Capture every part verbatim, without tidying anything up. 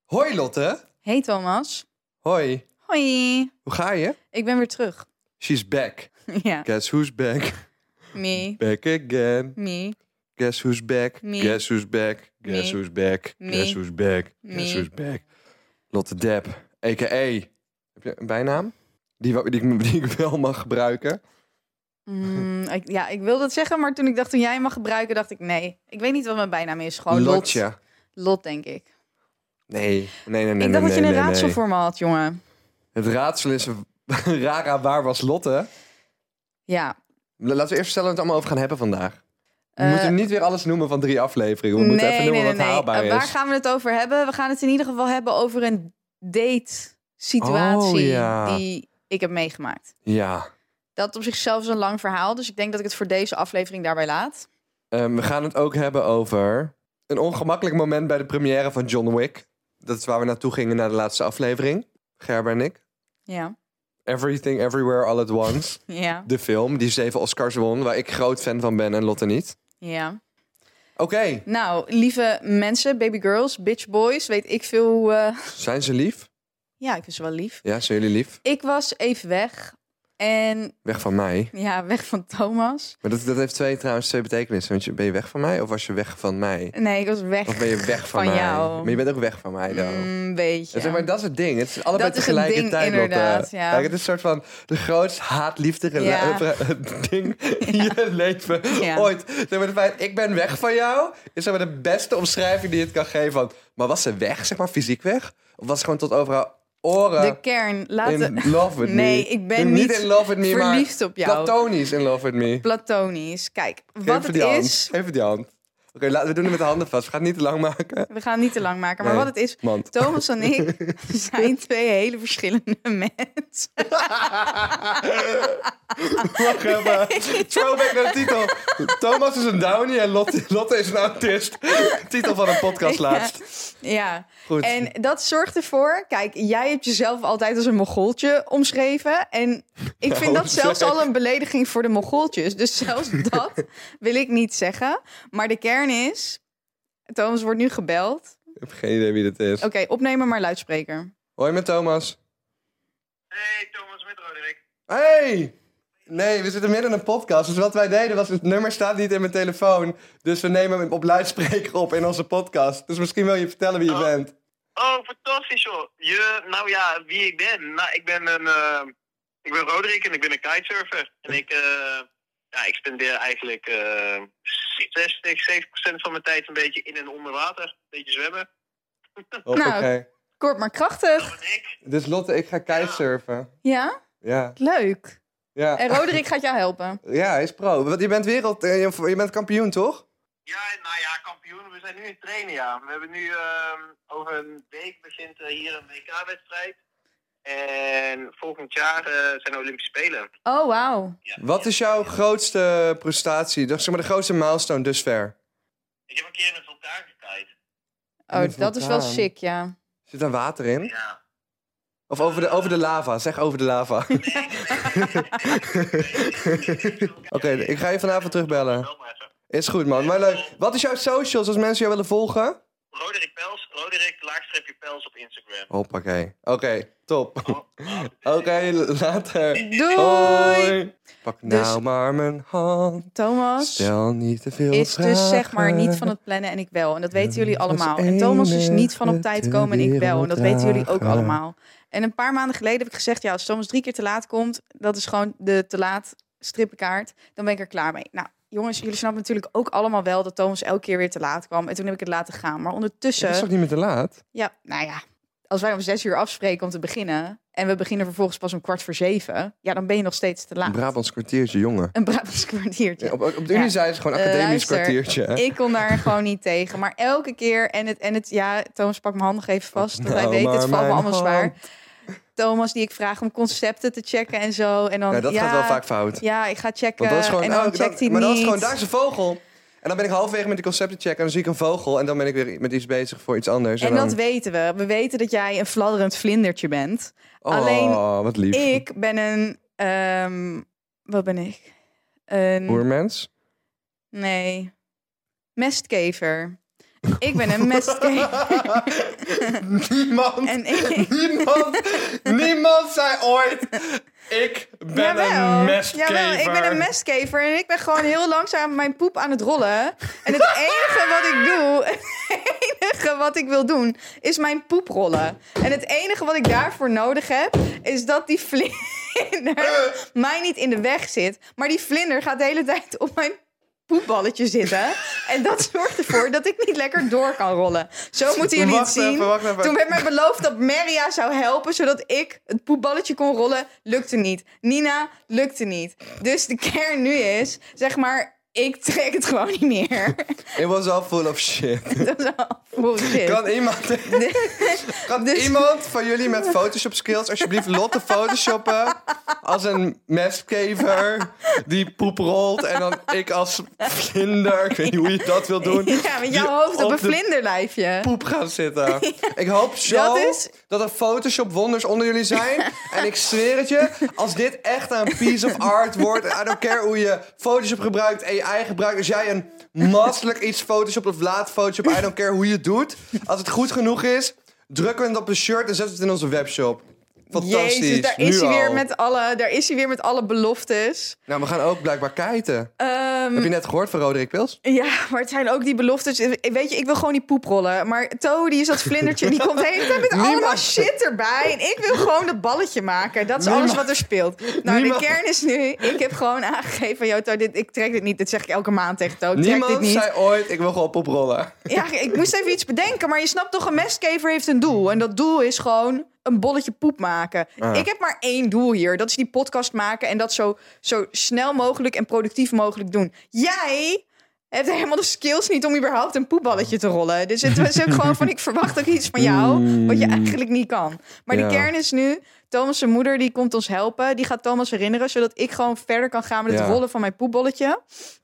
Hoi Lotte. Hey Thomas. Hoi. Hoi. Hoe ga je? Ik ben weer terug. She's back. Ja. Guess who's back? Me. Back again. Me. Guess who's back? Me. Guess who's back? Guess Me. who's back? Me. Guess who's back? Me. Guess who's back? Lotte Depp, a k a. Heb je een bijnaam? Die, wa- die, ik- die ik wel mag gebruiken. Mm, ik, ja, ik wilde het zeggen, maar toen ik dacht toen jij hem mag gebruiken, dacht ik nee. Ik weet niet wat mijn bijnaam is. Gewoon Lot. Lotje. Lot, denk ik. Nee, nee, nee, nee. ik dacht nee, dat je nee, een nee, raadsel nee. voor me had, jongen. Het raadsel is... Rara, waar was Lotte? Ja. Laten we eerst vertellen waar we het allemaal over gaan hebben vandaag. We Eh, moeten niet weer alles noemen van drie afleveringen. We nee, moeten even nee, noemen nee, wat nee. haalbaar Eh, is. waar gaan we het over hebben? We gaan het in ieder geval hebben over een date-situatie Oh, ja. die ik heb meegemaakt. Ja. Dat op zichzelf is een lang verhaal, dus ik denk dat ik het voor deze aflevering daarbij laat. Um, we gaan het ook hebben over een ongemakkelijk moment bij de première van John Wick. Dat is waar we naartoe gingen na de laatste aflevering. Gerber en ik. Ja. Everything, Everywhere, All at Once. Ja. De film die zeven Oscars won, waar ik groot fan van ben en Lotte niet. Ja. Oké, Nou, lieve mensen, baby girls, bitch boys, weet ik veel hoe... eh, zijn ze lief? Ja, ik vind ze wel lief. Ja, zijn jullie lief? Ik was even weg. En Weg van mij. ja, weg van Thomas. Maar dat, dat heeft twee, trouwens twee betekenissen. Want je, ben je weg van mij of was je weg van mij? Nee, ik was weg Of ben je weg van, van mij? jou. Maar je bent ook weg van mij dan. Een beetje. Ja, zeg maar, dat is het ding. Het is allebei Dat is het tegelijkertijd. ding, inderdaad, Lotte. ja. Kijk, het is een soort van de grootste haat-liefde rela- Ja. eh, ding in je leven Ja. ooit. Zeg maar, de feit, ik ben weg van jou is zeg maar de beste omschrijving die je het kan geven. Van, maar was ze weg, zeg maar, fysiek weg? Of was ze gewoon tot over haar oren De kern. Laten... in love with me? Nee, ik ben niet niet in love with me, verliefd maar op jou. platonisch in love with me. Platonisch. Kijk, Geef wat even het die hand. is... Geef even die hand. Oké, laten we doen het met de handen vast. We gaan het niet te lang maken. We gaan het niet te lang maken, maar Nee, wat het is... mand. Thomas en ik zijn twee hele verschillende mensen. Wacht even. Throwback naar de titel. Thomas is een downie en Lotte, Lotte is een autist. Titel van een podcast laatst. Ja, Goed. en dat zorgt ervoor... Kijk, jij hebt jezelf altijd als een mogoltje omschreven. En ik vind Nou, dat zelfs zeg. al een belediging voor de mogoltjes. Dus zelfs dat wil ik niet zeggen. Maar de kern is... Thomas wordt nu gebeld. Ik heb geen idee wie dit is. Oké, opnemen maar luidspreker. Hoi met Thomas. Hey, Thomas met Roderick. Hey! Nee, we zitten midden in een podcast. Dus wat wij deden was, het nummer staat niet in mijn telefoon. Dus we nemen hem op luidspreker op in onze podcast. Dus misschien wil je vertellen wie je Oh. bent. Oh, fantastisch joh. Je, nou ja, wie ik ben? Nou, ik ben een, eh, ik ben Roderick en ik ben een kitesurfer. En ik, eh, ja, ik spendeer eigenlijk eh zestig, zeventig procent van mijn tijd een beetje in en onder water. Een beetje zwemmen. Hoppakee. Nou. Kort maar krachtig. En ik, Dus Lotte, ik ga kitesurfen. Ja? Ja. Leuk. Ja. En Roderick gaat jou helpen. Ja, hij is pro. Want je bent wereld... eh, Je je bent kampioen, toch? ja, nou ja, kampioen. We zijn nu in het trainen, ja. We hebben nu, eh, over een week begint eh, hier een W K-wedstrijd. En volgend jaar eh, zijn de Olympische Spelen. Oh, wauw. Ja. Wat is jouw grootste prestatie? Dat is zeg maar de grootste milestone dusver. Ik heb een keer in een vulkaan gekite. Oh, Een dat is wel vulkaan. sick, ja. Zit er water in? Ja. Of over de, over de lava? Zeg over de lava. Oké, ik ga je vanavond terugbellen. Bel maar even. Is goed, man. Maar leuk. Wat is jouw socials als mensen jou willen volgen? Roderick Pels, Roderick laagstreepje Pels op Instagram. Hoppakee. Oké, top. Oh, oh. Oké, later. Doei! Hoi. Pak Dus- nou maar mijn hand. Thomas Stel niet te veel is dus zeg maar vragen. niet van het plannen en ik wel. En dat weten jullie Dat is allemaal. En Thomas is niet van op enige tijd ter komen en ik wel. En dat weten jullie ook wereld allemaal. En een paar maanden geleden heb ik gezegd... ja, als Thomas drie keer te laat komt... dat is gewoon de te laat strippenkaart. Dan ben ik er klaar mee. Nou, jongens, jullie snappen natuurlijk ook allemaal wel... dat Thomas elke keer weer te laat kwam. En toen heb ik het laten gaan. Maar ondertussen... Dat is toch niet meer te laat? Ja, nou ja, als wij om zes uur afspreken om te beginnen... en we beginnen vervolgens pas om kwart voor zeven... ja, dan ben je nog steeds te laat. Een Brabants kwartiertje, jongen. Een Brabants kwartiertje. Ja, op, op de Ja. Unie zei ze gewoon Eh, academisch luister, kwartiertje. hè? Ik kon daar gewoon niet tegen. Maar elke keer, en het, en het ja, Thomas, pak mijn hand nog even vast. Want hij Nou, weet, maar het valt me mijn allemaal zwaar. hand. Thomas, die ik vraag om concepten te checken en zo. En dan, Ja, dat gaat wel vaak fout. Ja, ik ga checken. Want dat is gewoon, en dan oh, checkt dat- hij maar dat niet. is gewoon, daar is een vogel. En dan ben ik halverwege met die concepten checken en dan zie ik een vogel. En dan ben ik weer met iets bezig voor iets anders. En dan... dat weten we. We weten dat jij een fladderend vlindertje bent. Oh, alleen wat lief. Ik ben een... ehm, wat ben ik? Een... Oermens? Nee. Mestkever. Ik ben een mestkever. Niemand, En ik- niemand, niemand zei ooit... Ik ben Jawel. een mestkever. Jawel, ik ben een mestkever en ik ben gewoon heel langzaam mijn poep aan het rollen. En het enige wat ik doe, het enige wat ik wil doen, is mijn poep rollen. En het enige wat ik daarvoor nodig heb, is dat die vlinder mij niet in de weg zit. Maar die vlinder gaat de hele tijd op mijn poepballetje zitten. En dat zorgt ervoor dat ik niet lekker door kan rollen. Zo moeten jullie Wacht het zien. even, wacht even. Toen werd mij beloofd dat Maria zou helpen, zodat ik het poepballetje kon rollen. Lukte niet. Nina, lukte niet. Dus de kern nu is, zeg maar, ik trek het gewoon niet meer. It was all full of shit. Dat is al bullshit. Kan iemand, kan Dus- iemand van jullie met Photoshop skills alsjeblieft Lotte photoshoppen als een mestkever die poep rolt en dan ik als vlinder, ik weet niet hoe je dat wil doen, Ja, met jouw die hoofd op een de vlinderlijfje. poep gaan zitten. Ik hoop zo Dat dat, is- er Photoshop wonders onder jullie zijn. En ik zweer het je, als dit echt een piece of art wordt, I don't care hoe je Photoshop gebruikt en je eigen gebruikt. Als jij een masterlijk iets Photoshop of laat Photoshop, I don't care hoe je het doet. Als het goed genoeg is, drukken we het op een shirt en zetten we het in onze webshop. Fantastisch. Jezus, daar nu is, hij weer al. met alle, daar is hij weer met alle beloftes. Nou, we gaan ook blijkbaar kiten. Ehm, Heb je net gehoord van Roderick Pils? Ja, maar het zijn ook die beloftes. Weet je, ik wil gewoon die poep rollen. Maar To, die is dat vlindertje, die komt de hele tijd met Niemand- allemaal shit erbij. En ik wil gewoon dat balletje maken. Dat is Niemand- alles wat er speelt. Nou, Niemand- de kern is nu, ik heb gewoon aangegeven, yo, To, dit, ik trek dit niet. Dit zeg ik elke maand tegen To. Trek dit Niemand niet. zei ooit, ik wil gewoon poprollen. Ja, ik moest even iets bedenken. Maar je snapt toch, een mestkever heeft een doel. En dat doel is gewoon een bolletje poep maken. Ah. Ik heb maar één doel hier. Dat is die podcast maken en dat zo, zo snel mogelijk en productief mogelijk doen. Jij hebt helemaal de skills niet om überhaupt een poepballetje te rollen. Dus het was ook gewoon van, ik verwacht ook iets van jou wat je eigenlijk niet kan. Maar Ja. de kern is nu, Thomas' moeder die komt ons helpen. Die gaat Thomas herinneren, zodat ik gewoon verder kan gaan met het Ja. rollen van mijn poepbolletje.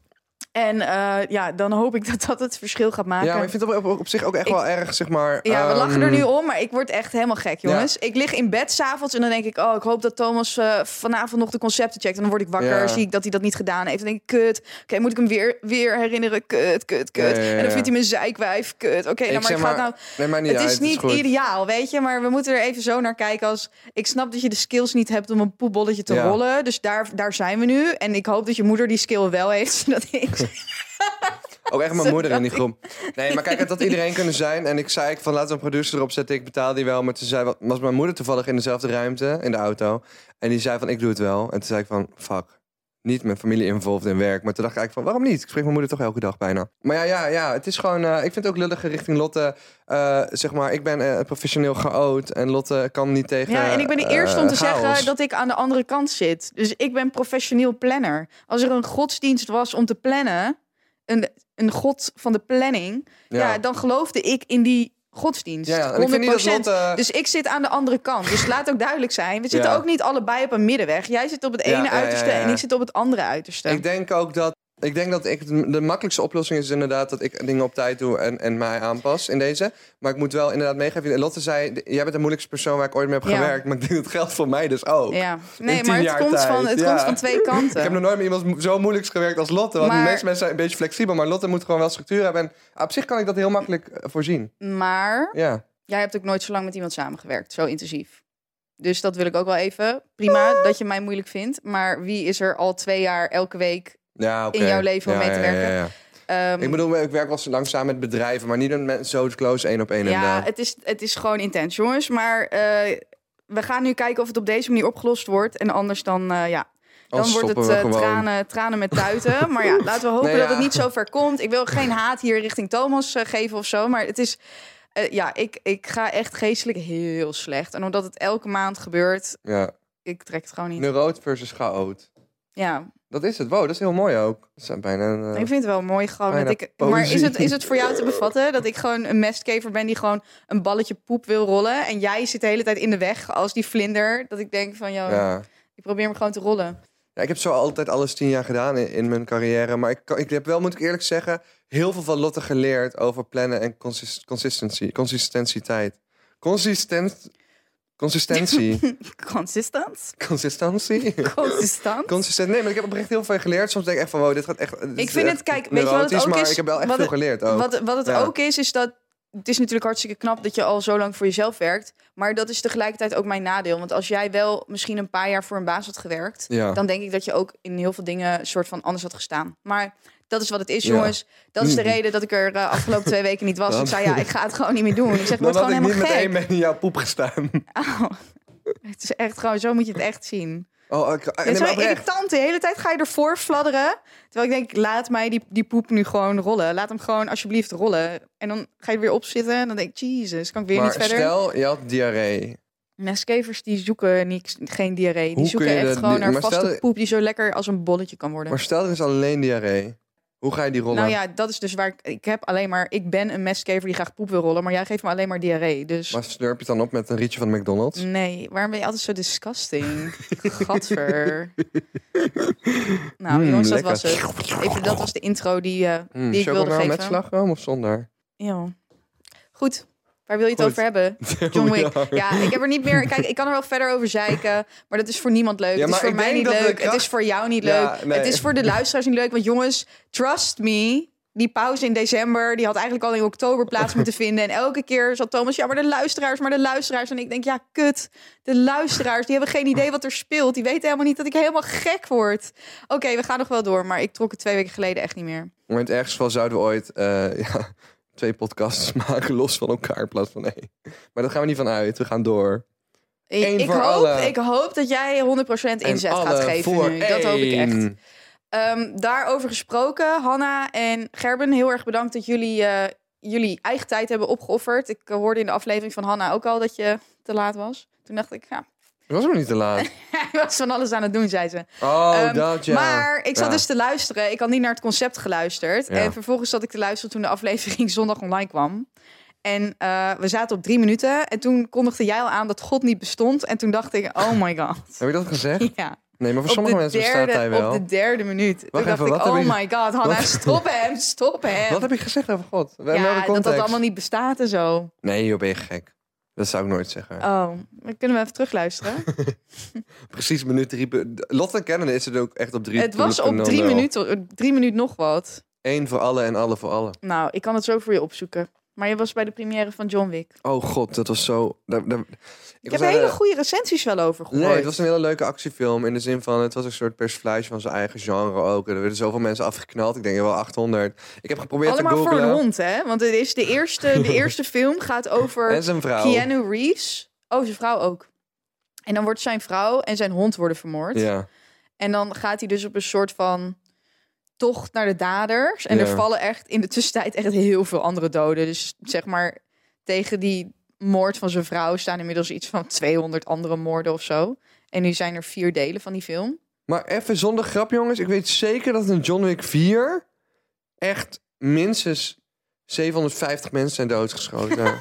En uh, ja, dan hoop ik dat dat het verschil gaat maken. Ja, maar ik vind het op, op, op zich ook echt Ik- wel erg, zeg maar... Ja, we ehm, lachen er nu om, maar ik word echt helemaal gek, jongens. Ik lig in bed s'avonds en dan denk ik... oh, ik hoop dat Thomas uh, vanavond nog de concepten checkt. En dan word ik wakker, Ja. zie ik dat hij dat niet gedaan heeft. En dan denk ik, kut. Oké, moet ik hem weer, weer herinneren? Kut, kut, kut. Ja, ja, ja, En dan ja. vindt hij mijn zeikwijf. Kut. Oké, okay, nou, maar zeg ik ga maar, nou... nee, maar niet Het uit, is niet goed. ideaal, weet je. Maar we moeten er even zo naar kijken als... Ik snap dat je de skills niet hebt om een poepbolletje te Ja. rollen. Dus daar, daar zijn we nu. En ik hoop dat je moeder die skill wel heeft. Zodat ik... Ook echt mijn moeder in die groep. Nee, maar kijk, het had iedereen kunnen zijn. En ik zei ik van, laten we een producer erop zetten. Ik betaal die wel. Maar toen zei, was mijn moeder toevallig in dezelfde ruimte, in de auto. En die zei van, ik doe het wel. En toen zei ik van, fuck. Niet mijn familie involved in werk. Maar toen dacht ik eigenlijk van, waarom niet? Ik spreek mijn moeder toch elke dag bijna. Maar ja, ja, ja. Het is gewoon, uh, ik vind het ook lulliger richting Lotte. Uh, zeg maar, ik ben uh, professioneel geout. En Lotte kan niet tegen Ja, en ik ben de eerste om te uh, chaos. zeggen dat ik aan de andere kant zit. Dus ik ben professioneel planner. Als er een godsdienst was om te plannen, een, een god van de planning, ja. Ja. ja, dan geloofde ik in die godsdienst. Ja, ja. En ik vind niet dat honderd procent. Lotte... Dus ik zit aan de andere kant. Dus laat ook duidelijk zijn, we zitten Ja. ook niet allebei op een middenweg. Jij zit op het Ja, ene ja, ja, uiterste ja, ja. en ik zit op het andere uiterste. Ik denk ook dat ik denk dat ik de makkelijkste oplossing is inderdaad dat ik dingen op tijd doe en, en mij aanpas in deze. Maar ik moet wel inderdaad meegeven. Lotte zei, jij bent de moeilijkste persoon waar ik ooit mee heb Ja. gewerkt. Maar ik denk dat geldt voor mij dus ook. Ja. Nee, tien maar het, jaar komt tijd, van, het ja. komt van twee kanten. Ik heb nog nooit met iemand mo- zo moeilijks gewerkt als Lotte. Want Maar- de meeste mensen zijn een beetje flexibel. Maar Lotte moet gewoon wel structuur hebben. En op zich kan ik dat heel makkelijk eh, voorzien. Maar Ja. jij hebt ook nooit zo lang met iemand samengewerkt, zo intensief. Dus dat wil ik ook wel even. Prima dat je mij moeilijk vindt. Maar wie is er al twee jaar elke week Ja, oké. in jouw leven om Ja, mee te ja, ja, werken? ja. Ehm, Ik bedoel, ik werk wel zo lang samen met bedrijven. Maar niet met zo close één op één. ja, inderdaad. het is, het is gewoon intens, jongens. Maar uh, we gaan nu kijken of het op deze manier opgelost wordt. En anders dan, uh, ja... Dan Anders wordt het stoppen we uh, gewoon. tranen, tranen met tuiten. Maar ja, laten we hopen Nee, ja. dat het niet zo ver komt. Ik wil geen haat hier richting Thomas uh, geven of zo. Maar het is... Uh, ja, ik, ik ga echt geestelijk heel slecht. En omdat het elke maand gebeurt, Ja. ik trek het gewoon niet. Neuroot versus chaot. Ja, Dat is het. Wow, dat is heel mooi ook. Dat zijn bijna een, uh, ik vind het wel mooi gewoon. bijna Dat ik, poëzie. maar is het, is het voor jou te bevatten dat ik gewoon een mestkever ben die gewoon een balletje poep wil rollen? En jij zit de hele tijd in de weg als die vlinder. Dat ik denk van, joh, ja. ik probeer hem gewoon te rollen. Ja, ik heb zo altijd alles tien jaar gedaan in, in mijn carrière. Maar ik, kan- ik heb wel, moet ik eerlijk zeggen, heel veel van Lotte geleerd over plannen en consist, consistency. Consistentietijd. Consistent... Consistentie. Consistent? Consistentie. Consistent? Consistent. Nee, maar ik heb oprecht heel veel geleerd. Soms denk ik echt van, wow, dit gaat echt... dit Ik is vind echt het, kijk, weet je wat het neurotisch, ook maar is? ik heb wel echt Wat veel het- geleerd ook. Wat, wat het Ja. ook is, is dat... Het is natuurlijk hartstikke knap dat je al zo lang voor jezelf werkt. Maar dat is tegelijkertijd ook mijn nadeel. Want als jij wel misschien een paar jaar voor een baas had gewerkt... Ja. dan denk ik dat je ook in heel veel dingen een soort van anders had gestaan. Maar dat is wat het is, Ja. jongens. Dat is de Mm. reden dat ik er uh, afgelopen twee weken niet was. Dan- Ik zei, ja, ik ga het gewoon niet meer doen. Ik zeg, het Dan wordt had gewoon ik niet helemaal met gek. één been in jouw poep gestaan. Au. Het is echt gewoon, zo moet je het echt zien. Oh, ik, Het nee, is maar zo oprecht. irritant. De hele tijd ga je ervoor fladderen. Terwijl ik denk, laat mij die, die poep nu gewoon rollen. Laat hem gewoon alsjeblieft rollen. En dan ga je er weer opzitten. En dan denk ik, jezus, kan ik weer Maar niet verder. stel, je had diarree. Mestkevers die zoeken niet, geen diarree. Die Hoe zoeken kun je echt de- gewoon die- naar maar vaste stel- poep die zo lekker als een bolletje kan worden. Maar stel, er is alleen diarree. Hoe ga je die rollen? Nou ja, dat is dus waar ik... Ik heb alleen maar... Ik ben een mestkever die graag poep wil rollen. Maar jij geeft me alleen maar diarree. Dus... Maar slurp je het dan op met een rietje van de McDonald's? Nee, waarom ben je altijd zo disgusting? Gadver. Nou, Mm, jongens, dat lekker. was het. Even, dat was de intro die, eh, Mm, die ik wilde chocola geven. met slagroom of zonder? Ja. Goed. Waar wil je het Goed. over hebben? John Wick. Ja. Ja, ik heb er niet meer... Kijk, ik kan er wel verder over zeiken. Maar dat is voor niemand leuk. Ja, het is maar voor ik mij denk niet dat de leuk. kracht- Het is voor jou niet Ja, leuk. nee. Het is voor de luisteraars niet leuk. Want jongens, trust me... Die pauze in december, die had eigenlijk al in oktober plaats moeten vinden. En elke keer zat Thomas, ja, maar de luisteraars, maar de luisteraars. En ik denk, ja, kut. De luisteraars, die hebben geen idee wat er speelt. Die weten helemaal niet dat ik helemaal gek word. Oké, we gaan nog wel door. Maar ik trok het twee weken geleden echt niet meer. Maar in het ergste geval zouden we ooit eh, ja, twee podcasts maken los van elkaar in plaats van één. Maar daar gaan we niet van uit. We gaan door. Ik, Eén ik, voor hoop, alle. ik hoop dat jij honderd procent En inzet alle gaat geven voor nu. Dat hoop ik echt. één. Um, daarover gesproken, Hanna en Gerben, heel erg bedankt dat jullie uh, jullie eigen tijd hebben opgeofferd. Ik uh, hoorde in de aflevering van Hanna ook al dat je te laat was. Toen dacht ik, ja, Dat was nog niet te laat. hij was van alles aan het doen, zei ze. Oh, Um, dat ja. Maar ik zat Ja. dus te luisteren. Ik had niet naar het concept geluisterd. Ja. En vervolgens zat ik te luisteren toen de aflevering zondag online kwam. En uh, we zaten op drie minuten. En toen kondigde jij al aan dat God niet bestond. En toen dacht ik, oh my god. Heb je dat gezegd? Ja. Nee, maar voor Op sommige de mensen bestaat hij derde, wel. op de derde minuut. Toen Wacht dacht even, ik, wat heb oh je- my god, Hanna, Wat- stop hem, stop hem. Wat heb je gezegd over God? In welke Ja, dat context? dat allemaal niet bestaat en zo. Nee, joh, ben je gek. Dat zou ik nooit zeggen. Oh, dan kunnen we even terugluisteren. Precies minuut drie. Lotte kennen is het ook echt op drie. Het was op drie minuten, drie minuten nog wat. Eén voor alle en alle voor alle. Nou, ik kan het zo voor je opzoeken. Maar je was bij de première van John Wick. Oh god, dat was zo... Daar, daar... Ik, was heb naar hele de- goede recensies wel over gehoord. Nee, het was een hele leuke actiefilm. In de zin van, het was een soort persiflage van zijn eigen genre ook. En er werden zoveel mensen afgeknald. Ik denk wel achthonderd. Ik heb geprobeerd Allemaal te voor googlen. een hond, hè? Want het is de eerste, de eerste film gaat over En zijn vrouw. Keanu Reeves. Oh, zijn vrouw ook. En dan wordt zijn vrouw en zijn hond worden vermoord. Ja. En dan gaat hij dus op een soort van tocht naar de daders. En Ja. er vallen echt in de tussentijd echt heel veel andere doden. Dus zeg maar, tegen die moord van zijn vrouw staan inmiddels iets van tweehonderd andere moorden of zo. En nu zijn er vier delen van die film. Maar even zonder grap, jongens. Ik weet zeker dat in John Wick vier echt minstens zevenhonderdvijftig mensen zijn doodgeschoten.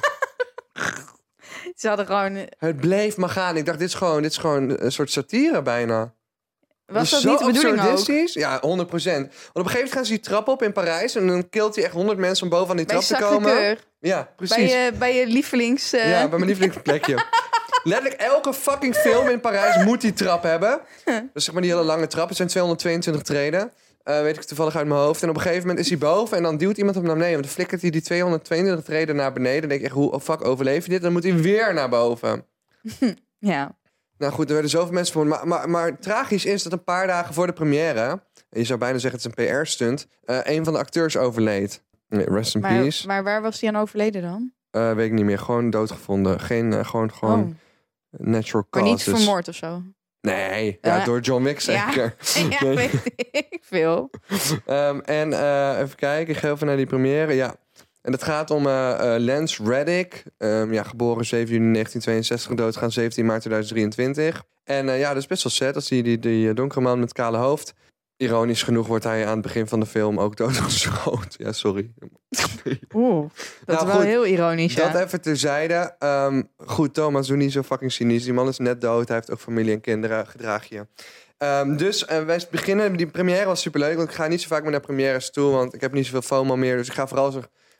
Ze hadden gewoon... Het bleef maar gaan. Ik dacht, dit is gewoon, dit is gewoon een soort satire bijna. Was Dus dat niet de zo bedoeling ook? absurdistisch? Ja, honderd procent. Want op een gegeven moment gaan ze die trap op in Parijs... en dan killt hij echt honderd mensen om bovenaan die Bij trap te komen. Sacré-Cœur. Ja, precies. Bij je, bij je lievelings... eh, Ja, bij mijn lievelingsplekje. Letterlijk elke fucking film in Parijs moet die trap hebben. Dus zeg maar die hele lange trap. Het zijn tweehonderdtweeëntwintig treden. Uh, weet ik toevallig uit mijn hoofd. En op een gegeven moment is hij boven en dan duwt iemand hem naar beneden. Want dan flikkert hij die tweehonderdtweeëntwintig treden naar beneden. Dan denk ik echt, hoe fuck overleef je dit? Dan moet hij weer naar boven. Ja. Nou goed, er werden zoveel mensen vermoord. Maar, maar, maar tragisch is dat een paar dagen voor de première... en je zou bijna zeggen het is een P R-stunt... Uh, een van de acteurs overleed. Nee, rest in Maar, peace. maar waar was hij aan overleden dan? Uh, weet ik niet meer. Gewoon doodgevonden. Geen, uh, gewoon, gewoon Oh. natural Maar causes. niet vermoord of zo? Nee, ja, Uh, door John Wick zeker. Ja, Nee. weet ik veel. Um, en uh, even kijken, ik ga even naar die première. Ja, en het gaat om uh, uh, Lance Reddick. Um, ja, geboren zeven juni negentien tweeënzestig, doodgaan zeventien maart tweeduizend drieëntwintig. En uh, ja, dat is best wel sad. Dat zie je die, die donkere man met kale hoofd. Ironisch genoeg wordt hij aan het begin van de film ook doodgeschoten. Ja, sorry. Oeh, dat Nou, is wel goed, heel ironisch, Dat ja. even terzijde. Um, goed, Thomas, doe niet zo fucking cynisch. Die man is net dood. Hij heeft ook familie en kinderen. Gedraag je. Um, dus uh, wij beginnen. Die première was superleuk. Want ik ga niet zo vaak meer naar premières toe. Want ik heb niet zoveel FOMO meer. Dus ik ga vooral zo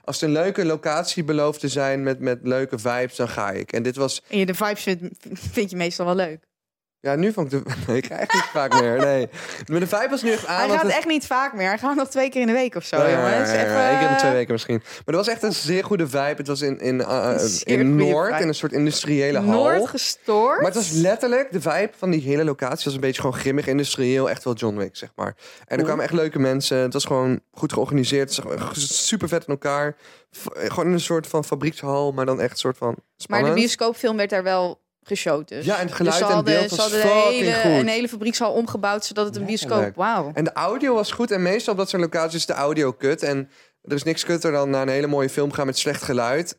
Als het een leuke locatie belooft te zijn met, met leuke vibes, dan ga ik. En dit was... En je de vibes vind, vind je meestal wel leuk. Ja, nu vond ik de... Nee, ik ga echt niet vaak meer. Nee. Maar de vibe was nu echt aan. Hij gaat het... echt niet vaak meer. Hij gaat nog twee keer in de week of zo, Ja, ja, jongens. ja, ja, ja. Even... Eén keer in de twee weken misschien. Maar dat was echt een zeer goede vibe. Het was in, in, uh, Zeer in goede Noord, vibe. in een soort industriële hal. Noord gestoord. Maar het was letterlijk, de vibe van die hele locatie was een beetje gewoon grimmig, industrieel, echt wel John Wick, zeg maar. En er Cool. kwamen echt leuke mensen. Het was gewoon goed georganiseerd. Het was super vet in elkaar. V- gewoon in een soort van fabriekshal, maar dan echt een soort van Maar spannend. de bioscoopfilm werd daar wel geshowt dus. Ja, en het geluid dus ze en hadden, beeld ze was hadden de fucking hele, goed. een hele fabriekshal omgebouwd, zodat het een Letterlijk. bioscoop... Wauw. En de audio was goed. En meestal op dat soort locaties is de audio kut. En er is niks kutter dan naar een hele mooie film gaan met slecht geluid.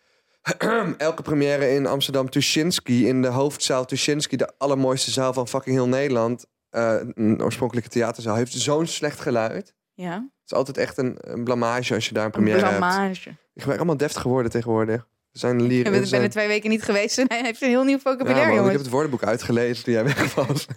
Elke première in Amsterdam Tuschinski, in de hoofdzaal Tuschinski, de allermooiste zaal van fucking heel Nederland. Uh, een oorspronkelijke theaterzaal, heeft zo'n slecht geluid. Ja, Het is altijd echt een, een blamage als je daar een een première hebt. blamage. Ik gebruik allemaal deftige woorden tegenwoordig. We zijn Ik lieren. ben, ben er twee weken niet geweest en hij heeft een heel nieuw vocabulaire, ja, man, ik jongens. heb het woordenboek uitgelezen toen jij weg was.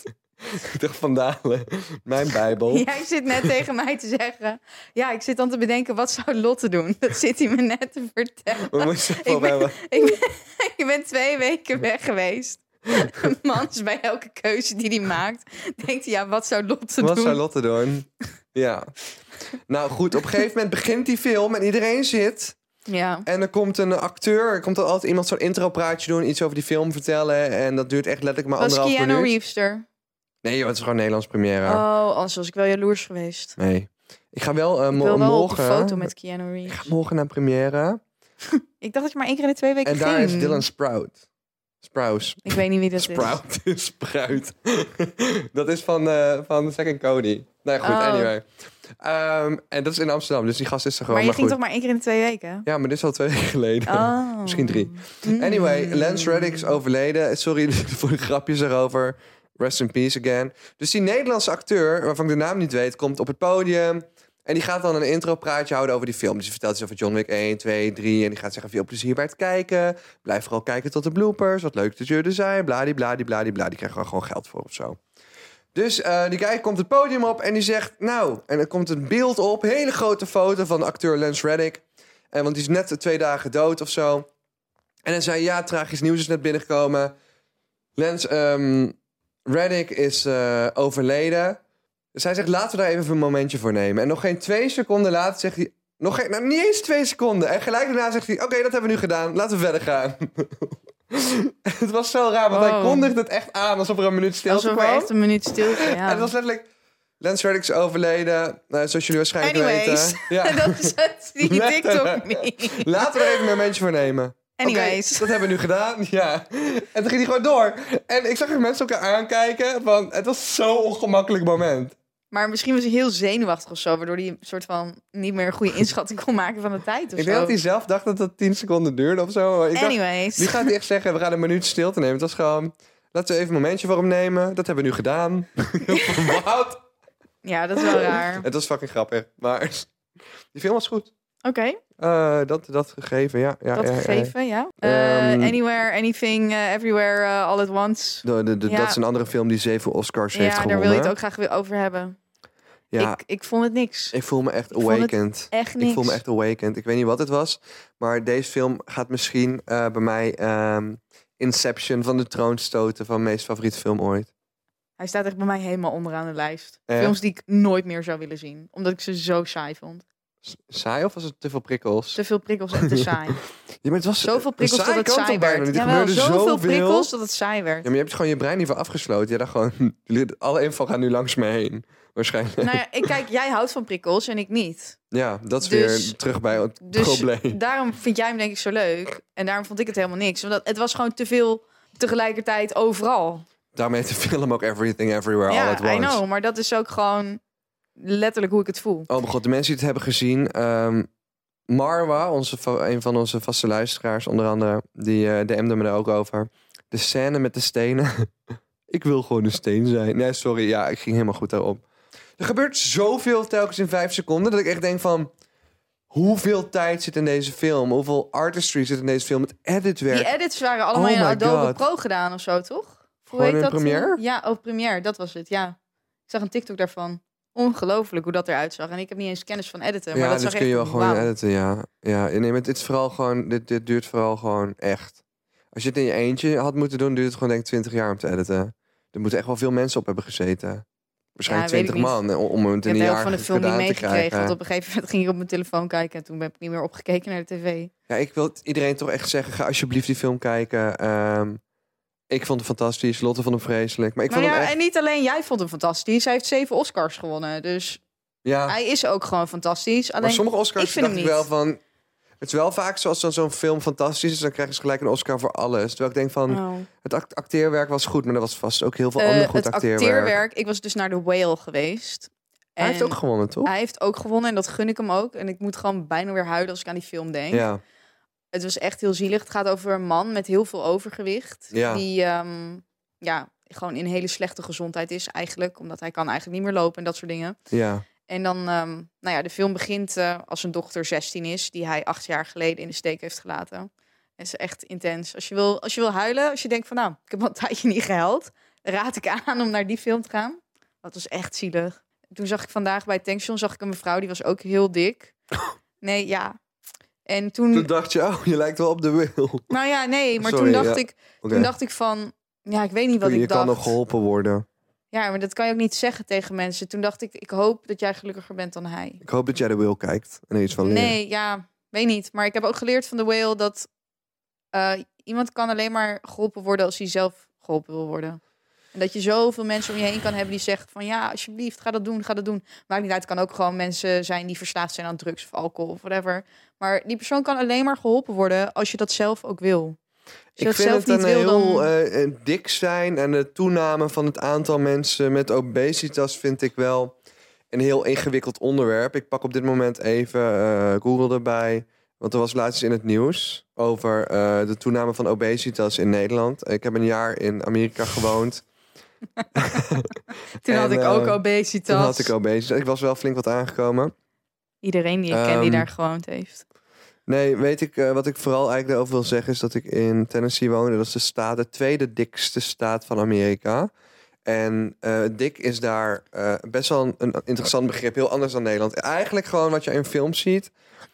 Ik dacht, vandalen. Mijn bijbel. Jij zit net tegen mij te zeggen... Ja, ik zit dan te bedenken, wat zou Lotte doen? Dat zit hij me net te vertellen. Wat moet je Ik voor mij ben, wel- ik, ben, ik ben twee weken weg geweest. Een man is bij elke keuze die hij maakt... denkt hij, ja, wat zou Lotte Wat doen? zou Lotte doen? Ja. Nou goed, op een gegeven moment begint die film en iedereen zit. Ja. En er komt een acteur, er komt er altijd iemand zo'n intropraatje doen, iets over die film vertellen. En dat duurt echt letterlijk maar Was anderhalf Keanu minuut. Reeves er? Nee joh, het is gewoon Nederlands première. Oh, anders was ik wel jaloers geweest. Nee. Ik ga wel, uh, Ik mo- wil wel morgen... op de foto met Keanu Ik ga Reeves. morgen naar première. Ik dacht dat je maar één keer in de twee weken En daar ging. is Dylan Sprout. Sprouse. Ik weet niet wie dat is. Sprout. Spruit. Dat is van, uh, van Zack en Cody. Nee, goed, Oh. anyway. Um, en dat is in Amsterdam, dus die gast is er gewoon. Maar je maar ging goed. toch maar één keer in de twee weken? Ja, maar dit is al twee weken geleden. Oh. Misschien drie. Mm. Anyway, Lance Reddick is overleden. Sorry voor de grapjes erover. Rest in peace again. Dus die Nederlandse acteur, waarvan ik de naam niet weet, komt op het podium. En die gaat dan een intropraatje houden over die film. Dus die vertelt iets over John Wick één, twee, drie. En die gaat zeggen, veel plezier bij het kijken. Blijf vooral kijken tot de bloopers. Wat leuk dat jullie er zijn. Bladibladibladibla. Die krijgen er gewoon geld voor of zo. Dus uh, die guy komt het podium op en die zegt... Nou, en er komt een beeld op. Hele grote foto van de acteur Lance Reddick. En want die is net twee dagen dood of zo. En hij zei, ja, tragisch nieuws is net binnengekomen. Lance um, Reddick is uh, overleden. Dus hij zegt, laten we daar even een momentje voor nemen. En nog geen twee seconden later zegt hij... Nog geen, nou, niet eens twee seconden. En gelijk daarna zegt hij, oké, okay, dat hebben we nu gedaan. Laten we verder gaan. Het was zo raar, want Wow. hij kondigde het echt aan alsof er een minuut stilte Alsof er kwam. echt een minuut stilte, ja. En het was letterlijk... Lance Reddick is overleden. Nou, zoals jullie waarschijnlijk Anyways. weten. Ja. Dat is het, die TikTok niet. Laten we er even een momentje voor nemen. Anyways. Oké, dat hebben we nu gedaan, ja. En toen ging hij gewoon door. En ik zag echt mensen elkaar aankijken. Van, het was zo'n ongemakkelijk moment. Maar misschien was hij heel zenuwachtig of zo, waardoor hij een soort van niet meer een goede inschatting kon maken van de tijd of Ik zo. denk dat hij zelf dacht dat dat tien seconden duurde of zo. Maar ik dacht, Anyways. wie gaat hij echt zeggen, we gaan een minuut stilte nemen? Het was gewoon, laten we even een momentje voor hem nemen. Dat hebben we nu gedaan. Wat? Ja, dat is wel raar. Het was fucking grappig. Maar die film was goed. Oké, Uh, dat, dat gegeven, ja. ja dat ja, ja. gegeven, ja. Uh, Ehm, anywhere, anything, uh, everywhere, uh, all at once. De, de, de, Ja. Dat is een andere film die zeven Oscars heeft Ja, gewonnen. daar wil je het ook graag weer over hebben. Ja, Ik, ik vond het niks. ik voel me echt ik vond het awakened. Echt niks. Ik voel me echt awakened. Ik weet niet wat het was, maar deze film gaat misschien uh, bij mij um, Inception van de troon stoten van mijn meest favoriete film ooit. Hij staat echt bij mij helemaal onderaan de lijst. Echt? Films die ik nooit meer zou willen zien. Omdat ik ze zo saai vond. S- Saai of was het te veel prikkels? Te veel prikkels en te saai. Ja, maar het was Zoveel een prikkels dat saai het kan saai toch bijna werd. niet? Er Jawel, gebeurde zoveel zoveel. prikkels dat het saai werd. Ja, maar je hebt gewoon je brein niet voor afgesloten. Ja, dan gewoon, alle info gaat nu langs me heen. Waarschijnlijk. Nou ja, ik kijk, jij houdt van prikkels en ik niet. Ja, dat is Dus- weer terug bij het Dus probleem. daarom vind jij hem denk ik zo leuk. En daarom vond ik het helemaal niks. Omdat het was gewoon te veel tegelijkertijd overal. Daarmee heet de film ook Everything Everywhere All Ja, at Once. I know. Maar dat is ook gewoon letterlijk hoe ik het voel. Oh mijn god, de mensen die het hebben gezien. ehm, Marwa, onze, va- een van onze vaste luisteraars onder andere, die uh, D M'de me er ook over. De scène met de stenen. Ik wil gewoon een steen zijn. Nee, sorry. Ja, ik ging helemaal goed daarop. Er gebeurt zoveel telkens in vijf seconden dat ik echt denk van... Hoeveel tijd zit in deze film? Hoeveel artistry zit in deze film? Het editwerk. Die edits waren allemaal Oh in my Adobe God. Pro gedaan of zo, toch? Hoe Gewoon heet in dat? Premiere? Ja, oh, Premiere, dat was het, ja. Ik zag een TikTok daarvan. ongelooflijk hoe dat eruit zag. En ik heb niet eens kennis van editen. Maar Ja, dat dit zag kun je echt wel gewoon wauw. editen, ja. Ja, nee, maar dit is vooral gewoon... Dit, dit duurt vooral gewoon echt... Als je het in je eentje had moeten doen, duurt het gewoon denk ik twintig jaar om te editen. Er moeten echt wel veel mensen op hebben gezeten. Waarschijnlijk Ja, weet ik twintig man om om het Ik in heb een de helft jaar van de film niet gedaan te meegekregen. Want krijgen. op een gegeven moment ging ik op mijn telefoon kijken. En toen ben ik niet meer opgekeken naar de tv. Ja, ik wil iedereen toch echt zeggen, ga alsjeblieft die film kijken. Ehm, ik vond hem fantastisch, Lotte vond hem vreselijk. Maar ik Maar vond ja, hem echt... en niet alleen jij vond hem fantastisch. Hij heeft zeven Oscars gewonnen. Dus Ja, hij is ook gewoon fantastisch. Alleen, maar sommige Oscars ik vind dacht hem ik wel niet. van... Het is wel vaak zoals dan zo'n film fantastisch is, dan krijgen ze gelijk een Oscar voor alles. Terwijl ik denk van, Oh. het act- acteerwerk was goed, maar er was vast ook heel veel Eh, ander goed het acteerwerk. acteerwerk. Ik was dus naar The Whale geweest. Hij heeft En ook gewonnen, toch? Hij heeft ook gewonnen en dat gun ik hem ook. En ik moet gewoon bijna weer huilen als ik aan die film denk. Ja, Het was echt heel zielig. Het gaat over een man met heel veel overgewicht. Ja. Die ehm, ja, gewoon in hele slechte gezondheid is eigenlijk. Omdat hij kan eigenlijk niet meer lopen en dat soort dingen. ja. En dan, ehm, nou ja, de film begint eh, als een dochter zestien is. Die hij acht jaar geleden in de steek heeft gelaten. Het is echt intens. Als je wil, als je wil huilen, als je denkt van nou, ik heb al een tijdje niet gehuild. Raad ik aan om naar die film te gaan. Dat was echt zielig. Toen zag ik vandaag bij Tankstation, zag ik een mevrouw, die was ook heel dik. Nee, ja. En toen, Toen dacht je, oh, je lijkt wel op de wil. nou ja, nee, maar Sorry, toen dacht ja. ik, Oké. toen dacht ik van, ja, ik weet niet wat je ik dacht. kan nog geholpen worden. Ja, maar dat kan je ook niet zeggen tegen mensen. Toen dacht ik, ik hoop dat jij gelukkiger bent dan hij. Ik hoop dat jij de wil kijkt en er iets van leert. Nee, ja, weet niet. Maar ik heb ook geleerd van The Whale dat eh, iemand kan alleen maar geholpen worden als hij zelf geholpen wil worden. En dat je zoveel mensen om je heen kan hebben die zeggen van ja, alsjeblieft, ga dat doen, ga dat doen. Maakt niet uit, het kan ook gewoon mensen zijn die verslaafd zijn aan drugs of alcohol of whatever. Maar die persoon kan alleen maar geholpen worden als je dat zelf ook wil. Als je Ik dat vind zelf het niet een wil, heel dan... eh, eh, dik zijn en de toename van het aantal mensen met obesitas vind ik wel een heel ingewikkeld onderwerp. Ik pak op dit moment even eh, Google erbij, want er was laatst in het nieuws over eh, de toename van obesitas in Nederland. Ik heb een jaar in Amerika gewoond. Toen had en, ik ook eh, obesitas. Toen had ik obesitas. Ik was wel flink wat aangekomen. Iedereen die ik ken die Ehm, daar gewoond heeft. Nee, weet ik, eh, wat ik vooral eigenlijk daarover wil zeggen is dat ik in Tennessee woonde. Dat is de staat, de tweede dikste staat van Amerika. En eh, dik is daar eh, best wel een, een interessant begrip, heel anders dan Nederland. Eigenlijk gewoon wat je in films ziet,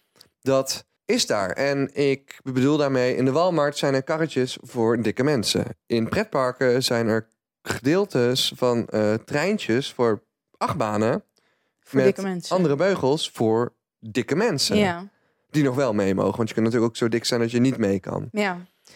dat is daar. En ik bedoel daarmee, in de Walmart zijn er karretjes voor dikke mensen. In pretparken zijn er gedeeltes van eh, treintjes voor achtbanen Voor met dikke mensen. andere beugels voor dikke mensen. Ja, Die nog wel mee mogen. Want je kunt natuurlijk ook zo dik zijn dat je niet mee kan. ja.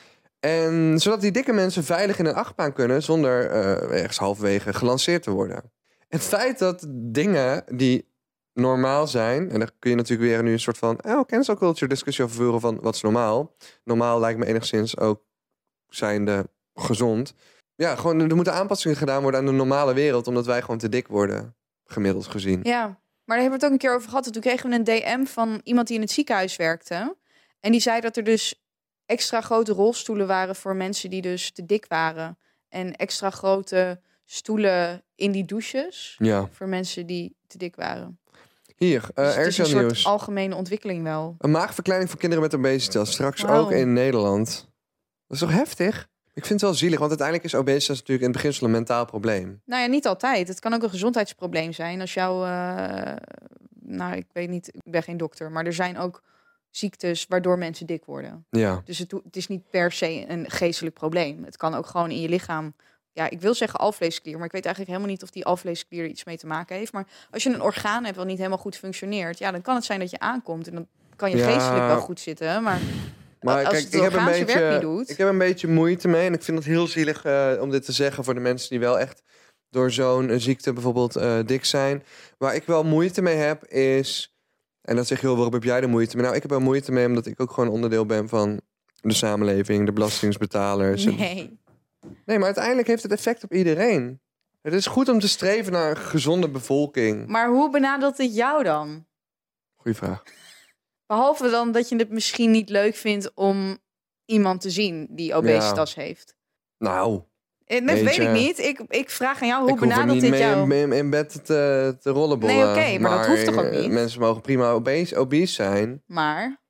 En zodat die dikke mensen veilig in een achtbaan kunnen zonder eh, ergens halverwege gelanceerd te worden. Het feit dat dingen die normaal zijn, en daar kun je natuurlijk weer nu een soort van oh, cancel culture discussie over voeren van wat is normaal. Normaal lijkt me enigszins ook zijnde gezond. Ja, gewoon er moeten aanpassingen gedaan worden aan de normale wereld, omdat wij gewoon te dik worden, gemiddeld gezien. Ja, maar daar hebben we het ook een keer over gehad. Toen kregen we een D M van iemand die in het ziekenhuis werkte. En die zei dat er dus extra grote rolstoelen waren voor mensen die dus te dik waren. En extra grote stoelen in die douches Ja. voor mensen die te dik waren. Hier, uh, Dus het is een R T L soort Nieuws. algemene ontwikkeling wel. Een maagverkleining voor kinderen met obesitas. Straks Wauw. ook in Nederland. Dat is toch heftig? Ik vind het wel zielig, want uiteindelijk is obesitas natuurlijk in het beginsel een mentaal probleem. Nou ja, niet altijd. Het kan ook een gezondheidsprobleem zijn. Als jou, uh, nou ik weet niet, ik ben geen dokter. Maar er zijn ook ziektes waardoor mensen dik worden. Ja. Dus het, het is niet per se een geestelijk probleem. Het kan ook gewoon in je lichaam... Ja, ik wil zeggen alvleesklier, maar ik weet eigenlijk helemaal niet of die alvleesklier er iets mee te maken heeft. Maar als je een orgaan hebt wat niet helemaal goed functioneert, ja, dan kan het zijn dat je aankomt. En dan kan je Ja. geestelijk wel goed zitten, maar, Maar als kijk, het ik heb, een orgaan zijn werk niet beetje, doet... ik heb een beetje moeite mee. En ik vind het heel zielig uh, om dit te zeggen voor de mensen die wel echt door zo'n uh, ziekte bijvoorbeeld uh, dik zijn. Waar ik wel moeite mee heb is... En dan zeg je wel, waarom heb jij de moeite mee? Nou, ik heb er moeite mee omdat ik ook gewoon onderdeel ben van de samenleving, de belastingsbetalers. Nee. Nee, maar uiteindelijk heeft het effect op iedereen. Het is goed om te streven naar een gezonde bevolking. Maar hoe benadelt dit jou dan? Goeie vraag. Behalve dan dat je het misschien niet leuk vindt om iemand te zien die obesitas heeft. Nou, Eh, Dat Weet weet je, ik niet. Ik, ik vraag aan jou, hoe ik hoef er benadelt niet dit mee jou? in, in bed te, te rollenbollen. Nee, oké, maar dat hoeft toch ook eh, niet? Mensen mogen prima obese, obese zijn. Maar,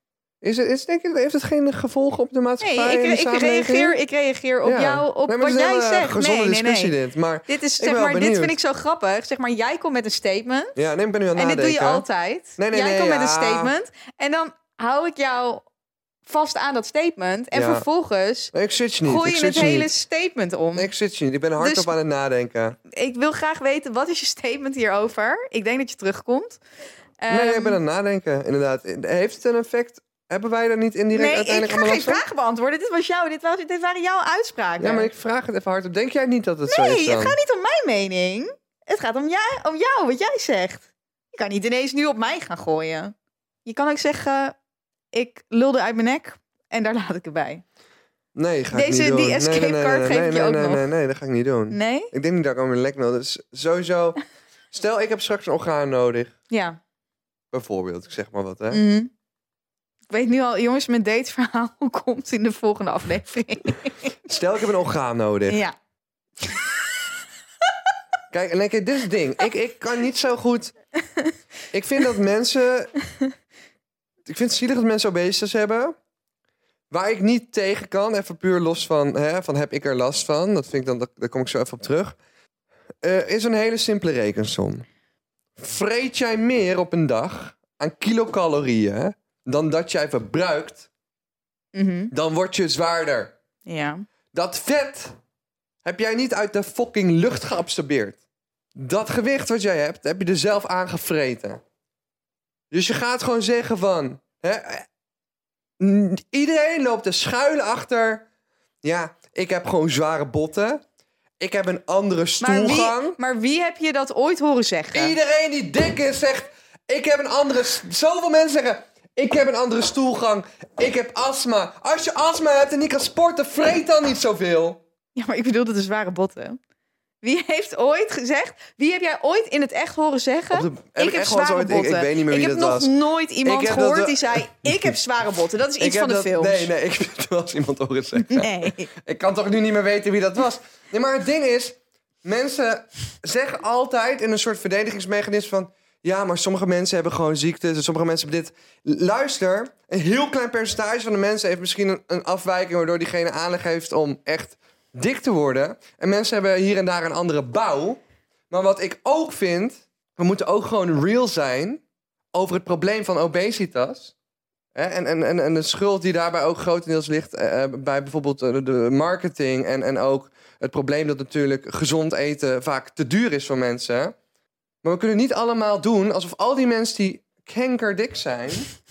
Is het, is, denk je, heeft het geen gevolgen op de maatschappij? Nee, ik, en de ik, samenleving? reageer, ik reageer op Ja. jou, op Nee, maar wat het is jij een hele zegt. gezonde Nee, nee, discussie nee. dit. Maar Dit, is, ik zeg ben maar, wel dit benieuwd. vind ik zo grappig. Zeg maar, jij komt met een statement. Ja, nee, ik ben nu aan het En dit nadenken. doe je altijd. Nee, nee, jij nee, komt met ja. een statement. En dan hou ik jou vast aan dat statement. En Ja. vervolgens Nee, ik switch niet. gooi ik je het switch hele niet. statement om. Nee, ik switch niet. Ik ben er hardop Dus- aan het nadenken. Ik wil graag weten, wat is je statement hierover? Ik denk dat je terugkomt. Nee, nee, Ehm, ik ben aan het nadenken, inderdaad. Heeft het een effect? Hebben wij er niet indirect Nee, ik uiteindelijk ga geen allemaal last van? vragen beantwoorden. Dit was jou. Dit, was, dit waren jouw uitspraken. Ja, maar ik vraag het even hardop. Denk jij niet dat het zo is Nee, dan? het gaat niet om mijn mening. Het gaat om jou, om jou, wat jij zegt. Je kan niet ineens nu op mij gaan gooien. Je kan ook zeggen, ik lulde uit mijn nek en daar laat ik het bij. Nee, ga ik Deze- niet doen. die Nee, escape nee, nee, card nee, geef nee, ik je nee, ook nee, nog. Nee, nee, dat ga ik niet doen. Nee? Ik denk niet dat ik al mijn lek wil. Dus sowieso... Stel, ik heb straks een orgaan nodig. Ja. Bijvoorbeeld, ik zeg maar wat, hè. Mhm. Ik weet nu al, jongens, mijn dateverhaal komt in de volgende aflevering. Stel, ik heb een orgaan nodig. Ja. Kijk, en kijk, dit is het ding. Ik, ik kan niet zo goed... Ik vind dat mensen... Ik vind het zielig dat mensen obesitas hebben. Waar ik niet tegen kan, even puur los van... Hè, van heb ik er last van? Dat vind ik dan, dat, daar kom ik zo even op terug. Uh, is een hele simpele rekensom. Vreet jij meer op een dag aan kilocalorieën... dan dat jij verbruikt... Mhm. dan word je zwaarder. Ja. Dat vet heb jij niet uit de fucking lucht geabsorbeerd. Dat gewicht wat jij hebt, heb je er zelf aangevreten. Dus je gaat gewoon zeggen van... Hè, iedereen loopt te schuilen achter... Ja, ik heb gewoon zware botten. Ik heb een andere Maar stoelgang. wie, maar wie heb je dat ooit horen zeggen? Iedereen die dik is zegt... Ik heb een andere... Zoveel mensen zeggen... Ik heb een andere stoelgang. Ik heb astma. Als je astma hebt en niet kan sporten, vreet dan niet zoveel. Ja, maar ik bedoelde de zware botten. Wie heeft ooit gezegd... Wie heb jij ooit in het echt horen zeggen... Op de- heb ik heb echt wel zware ooit- ik- ik botten. weet niet meer wie ik dat heb was. nog nooit iemand Ik heb dat gehoord wel- die zei... Ik heb zware botten. Dat is Ik iets heb van de dat- films. Nee, nee, ik heb het wel eens iemand horen zeggen. Nee. Ik kan toch nu niet meer weten wie dat was. Nee, maar het ding is... Mensen zeggen altijd in een soort verdedigingsmechanisme van... Ja, maar sommige mensen hebben gewoon ziektes en sommige mensen hebben dit. Luister, een heel klein percentage van de mensen heeft misschien een, een afwijking... waardoor diegene aanleg heeft om echt dik te worden. En mensen hebben hier en daar een andere bouw. Maar wat ik ook vind... We moeten ook gewoon real zijn over het probleem van obesitas. Hè? En, en, en, en de schuld die daarbij ook grotendeels ligt... Uh, bij bijvoorbeeld uh, de marketing en, en ook het probleem dat natuurlijk gezond eten vaak te duur is voor mensen... Maar we kunnen niet allemaal doen alsof al die mensen die kankerdik zijn...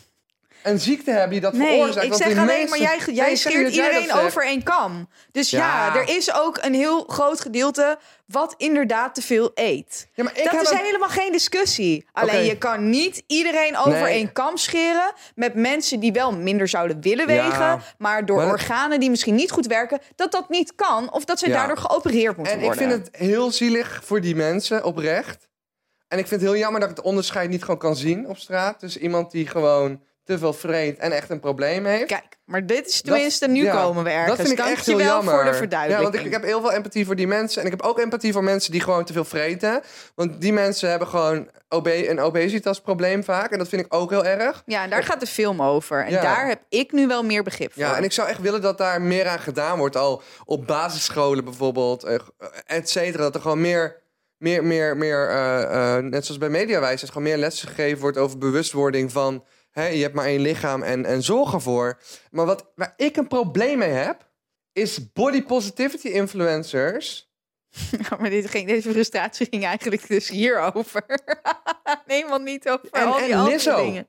een ziekte hebben die dat Nee, veroorzaakt. ik Want zeg die alleen, mensen- maar jij, Nee, jij ik zeg scheert niet dat jij iedereen dat zegt. over één kam. Dus ja. Ja. er is ook een heel groot gedeelte wat inderdaad te veel eet. Ja, maar ik Dat heb is een- helemaal geen discussie. Alleen Oké. je kan niet iedereen over Nee. één kam scheren... met mensen die wel minder zouden willen Ja. wegen... maar door Maar dat- organen die misschien niet goed werken... dat dat niet kan of dat ze Ja. daardoor geopereerd moeten En ik worden. vind het heel zielig voor die mensen, oprecht. En ik vind het heel jammer dat ik het onderscheid niet gewoon kan zien op straat. Dus iemand die gewoon te veel vreet en echt een probleem heeft. Kijk, maar dit is tenminste, nu ja, komen we ergens. Dat vind ik echt heel Dankjewel jammer. voor de Ja, verduidelijking. want ik, ik heb heel veel empathie voor die mensen. En ik heb ook empathie voor mensen die gewoon te veel vreten. Want die mensen hebben gewoon obe- een obesitasprobleem vaak. En dat vind ik ook heel erg. Ja, en daar gaat de film over. En Ja. daar heb ik nu wel meer begrip voor. Ja, en ik zou echt willen dat daar meer aan gedaan wordt. Al op basisscholen bijvoorbeeld, eh, et cetera. Dat er gewoon meer, meer, meer, meer uh, uh, net zoals bij Mediawijsheid, gewoon meer les gegeven wordt over bewustwording van... Hè, je hebt maar één lichaam en, en zorg ervoor. Maar wat, waar ik een probleem mee heb, is body positivity influencers... Ja, maar dit ging, deze frustratie ging eigenlijk dus hierover. Helemaal niet over En- al en die andere Lizzo. dingen.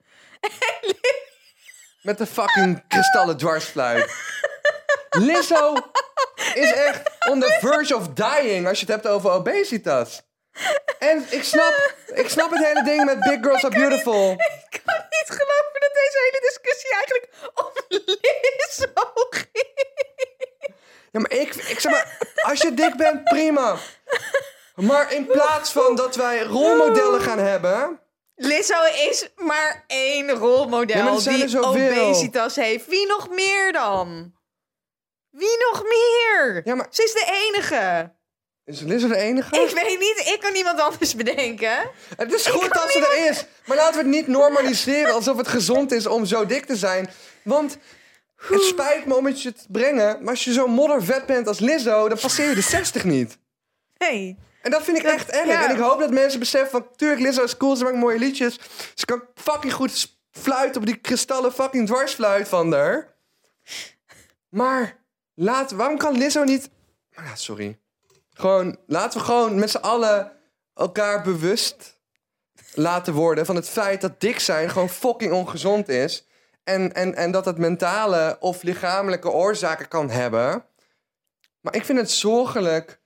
Met de fucking kristallen dwarsfluit. Lizzo is echt on the verge of dying als je het hebt over obesitas. En ik snap, ik snap het hele ding met Big Girls Are Beautiful. Ik kan niet geloven dat deze hele discussie eigenlijk om Lizzo ging. Ja, maar ik, ik zeg maar, als je dik bent, prima. Maar in plaats van dat wij rolmodellen gaan hebben... Lizzo is maar één rolmodel Ja, maar er zijn die er zoveel. obesitas heeft. Wie nog meer dan? Wie nog meer? Ja, maar- Ze is de enige. Is Lizzo de enige? Ik weet niet, ik kan niemand anders bedenken. Het is goed als ze er is. Maar laten we het niet normaliseren alsof het gezond is om zo dik te zijn. Want het spijt me om het je te brengen. Maar als je zo moddervet bent als Lizzo, dan passeer je de zestig niet. Nee. En dat vind ik echt erg. Ja. En ik hoop dat mensen beseffen van... Tuurlijk, Lizzo is cool, ze maakt mooie liedjes. Ze kan fucking goed fluiten op die kristallen fucking dwarsfluit van haar. Maar, laat, waarom kan Lizzo niet... Ah, sorry. Gewoon, laten we gewoon met z'n allen elkaar bewust laten worden... van het feit dat dik zijn gewoon fucking ongezond is. En, en, en dat het mentale of lichamelijke oorzaken kan hebben. Maar ik vind het zorgelijk...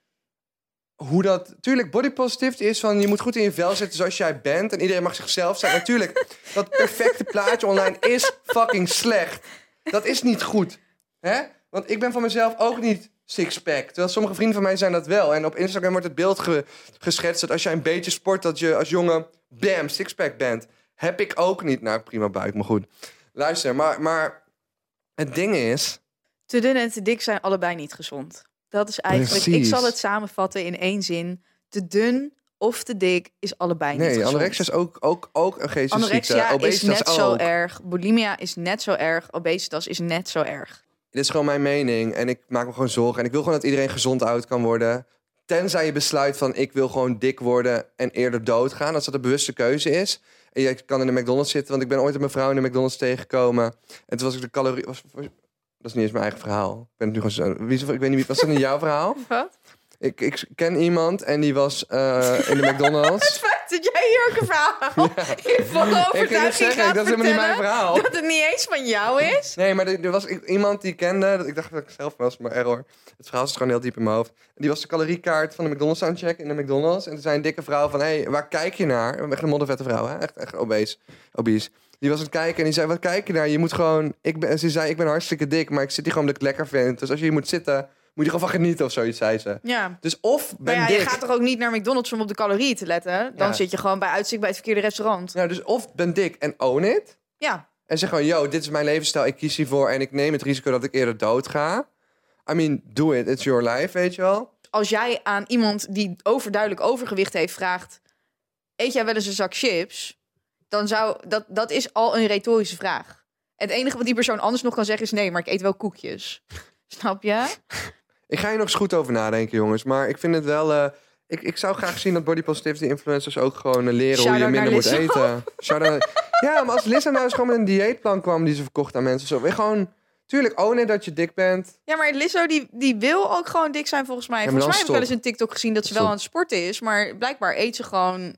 hoe dat... Tuurlijk, body positivity is van... je moet goed in je vel zitten zoals jij bent... en iedereen mag zichzelf zijn. Natuurlijk, dat perfecte plaatje online is fucking slecht. Dat is niet goed. Hè? Want ik ben van mezelf ook niet sixpack. Terwijl sommige vrienden van mij zijn dat wel. En op Instagram wordt het beeld ge- geschetst... dat als jij een beetje sport... dat je als jongen, bam, sixpack bent. Heb ik ook niet. Nou, prima buik, maar goed. Luister, maar, maar het ding is... Te dun en te dik zijn allebei niet gezond. Dat is eigenlijk... Precies. Ik zal het samenvatten in één zin. Te dun of te dik is allebei niet Nee, gezond. anorexia is ook, ook, ook een geestesziekte. Anorexia is Obesitas net zo ook. erg. Bulimia is net zo erg. Obesitas is net zo erg. Dit is gewoon mijn mening en ik maak me gewoon zorgen. En ik wil gewoon dat iedereen gezond oud kan worden. Tenzij je besluit van ik wil gewoon dik worden en eerder doodgaan. Als dat een bewuste keuze is. En je kan in de McDonald's zitten. Want ik ben ooit een mevrouw in de McDonald's tegengekomen. En toen was ik de calorie... Was, was- dat is niet eens mijn eigen verhaal. Ik ben het nu gewoon zo... Wie is, ik weet niet wie... Was dat niet jouw verhaal? Wat? Ik, ik ken iemand en die was uh, in de McDonald's. Dat jij hier ook een verhaal in volle Ik ging het overtuiging zeggen, gaat dat is helemaal niet mijn vertellen verhaal. dat het niet eens van jou is. Nee, maar er, er was i- iemand die ik kende. Dat ik dacht dat ik zelf was, maar error. Het verhaal is gewoon heel diep in mijn hoofd. En die was de caloriekaart van de McDonald's aan het checken in de McDonald's. En toen zei een dikke vrouw van, hé, hey, waar kijk je naar? Echt een moddervette vrouw, hè? Echt, echt obese. obese. Die was aan het kijken en die zei, wat kijk je naar? Je moet gewoon... Ik ben, ze zei, ik ben hartstikke dik, maar ik zit hier gewoon omdat ik het lekker vind. Dus als je hier moet zitten, moet je gewoon van genieten of zoiets, zei ze. Ja. Dus of ben Maar ja, dik... je gaat toch ook niet naar McDonald's om op de calorieën te letten? Dan Ja. zit je gewoon bij uitzicht bij het verkeerde restaurant. Nou, dus of ben dik en own it. Ja. En zeg gewoon, yo, dit is mijn levensstijl, ik kies hiervoor en ik neem het risico dat ik eerder dood ga. I mean, do it, it's your life, weet je wel. Als jij aan iemand die overduidelijk overgewicht heeft vraagt... eet jij wel eens een zak chips? Dan zou... Dat, dat is al een retorische vraag. Het enige wat die persoon anders nog kan zeggen is... nee, maar ik eet wel koekjes. Snap je? Ik ga hier nog eens goed over nadenken, jongens. Maar ik vind het wel... eh, ik, ik zou graag zien dat body positivity influencers ook gewoon eh, leren hoe je Shout-out minder naar moet Lizzo. eten. Shout-out- ja, maar als Lizzo nou eens gewoon met een dieetplan kwam die ze verkocht aan mensen. Zo, weer gewoon... Tuurlijk, own it dat je dik bent. Ja, maar Lizzo die, die wil ook gewoon dik zijn volgens mij. maar volgens dan mij heb ik wel eens stop. een TikTok gezien dat ze wel Stop. aan het sporten is. Maar blijkbaar eet ze gewoon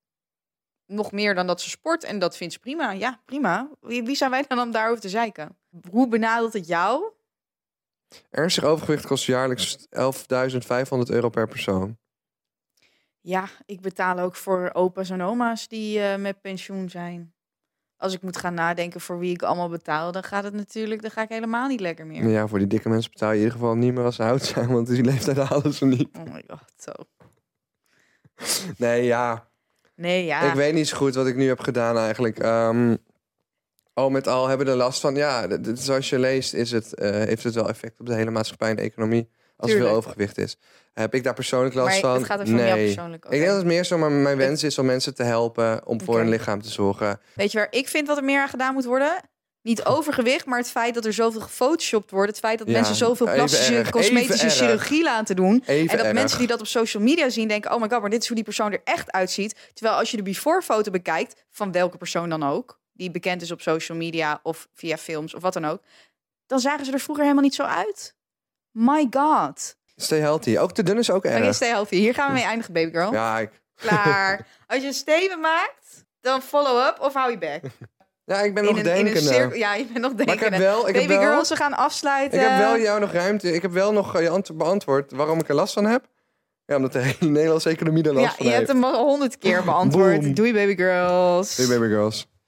nog meer dan dat ze sport. En dat vindt ze prima. Ja, prima. Wie, wie zijn wij dan om daarover te zeiken? Hoe benadelt het jou? Ernstig overgewicht kost jaarlijks elfduizend vijfhonderd euro per persoon. Ja, ik betaal ook voor opa's en oma's die eh, met pensioen zijn. Als ik moet gaan nadenken voor wie ik allemaal betaal, dan gaat het natuurlijk, dan ga ik helemaal niet lekker meer. Ja, voor die dikke mensen betaal je in ieder geval niet meer als ze oud zijn. Want die leeftijd halen ze niet. Oh my god, zo. Nee, ja. Nee, ja. Ik weet niet zo goed wat ik nu heb gedaan eigenlijk. Ehm, al met al hebben we er last van. Ja, d- d- zoals je leest is het, eh, heeft het wel effect op de hele maatschappij en de economie. Als er veel Tuurlijk. overgewicht is. Heb ik daar persoonlijk last Maar van? het gaat even om nee. jou persoonlijk. Ik denk dat het meer zo maar mijn wens is om mensen te helpen om voor Oké. hun lichaam te zorgen. Weet je waar ik vind wat er meer aan gedaan moet worden? Niet overgewicht, maar het feit dat er zoveel gefotoshopt wordt. Het feit dat Ja, mensen zoveel even plastische, erg, cosmetische even erg. chirurgie laten doen. Even en dat erg. mensen die dat op social media zien denken... oh my god, maar dit is hoe die persoon er echt uitziet. Terwijl als je de before-foto bekijkt, van welke persoon dan ook... die bekend is op social media of via films of wat dan ook... dan zagen ze er vroeger helemaal niet zo uit. My god. Stay healthy. Ook te dun is ook erg. Oké, stay healthy. Hier gaan we mee eindigen, baby girl. Ja, ik, Klaar. Als je een statement maakt, dan follow-up of hou je back. ja, ik ben In nog een, in een denkende. cirkel. Ja, je bent nog Maar denkende. ik heb wel... Ik heb Baby wel, girls, we gaan afsluiten. ik heb wel jou nog ruimte. Ik heb wel nog eh, je ant- beantwoord waarom ik er last van heb. Ja, omdat de hele Nederlandse economie er last Ja, van je heeft. hebt hem al honderd keer beantwoord. Boom. Doei, baby girls. Hey baby girls.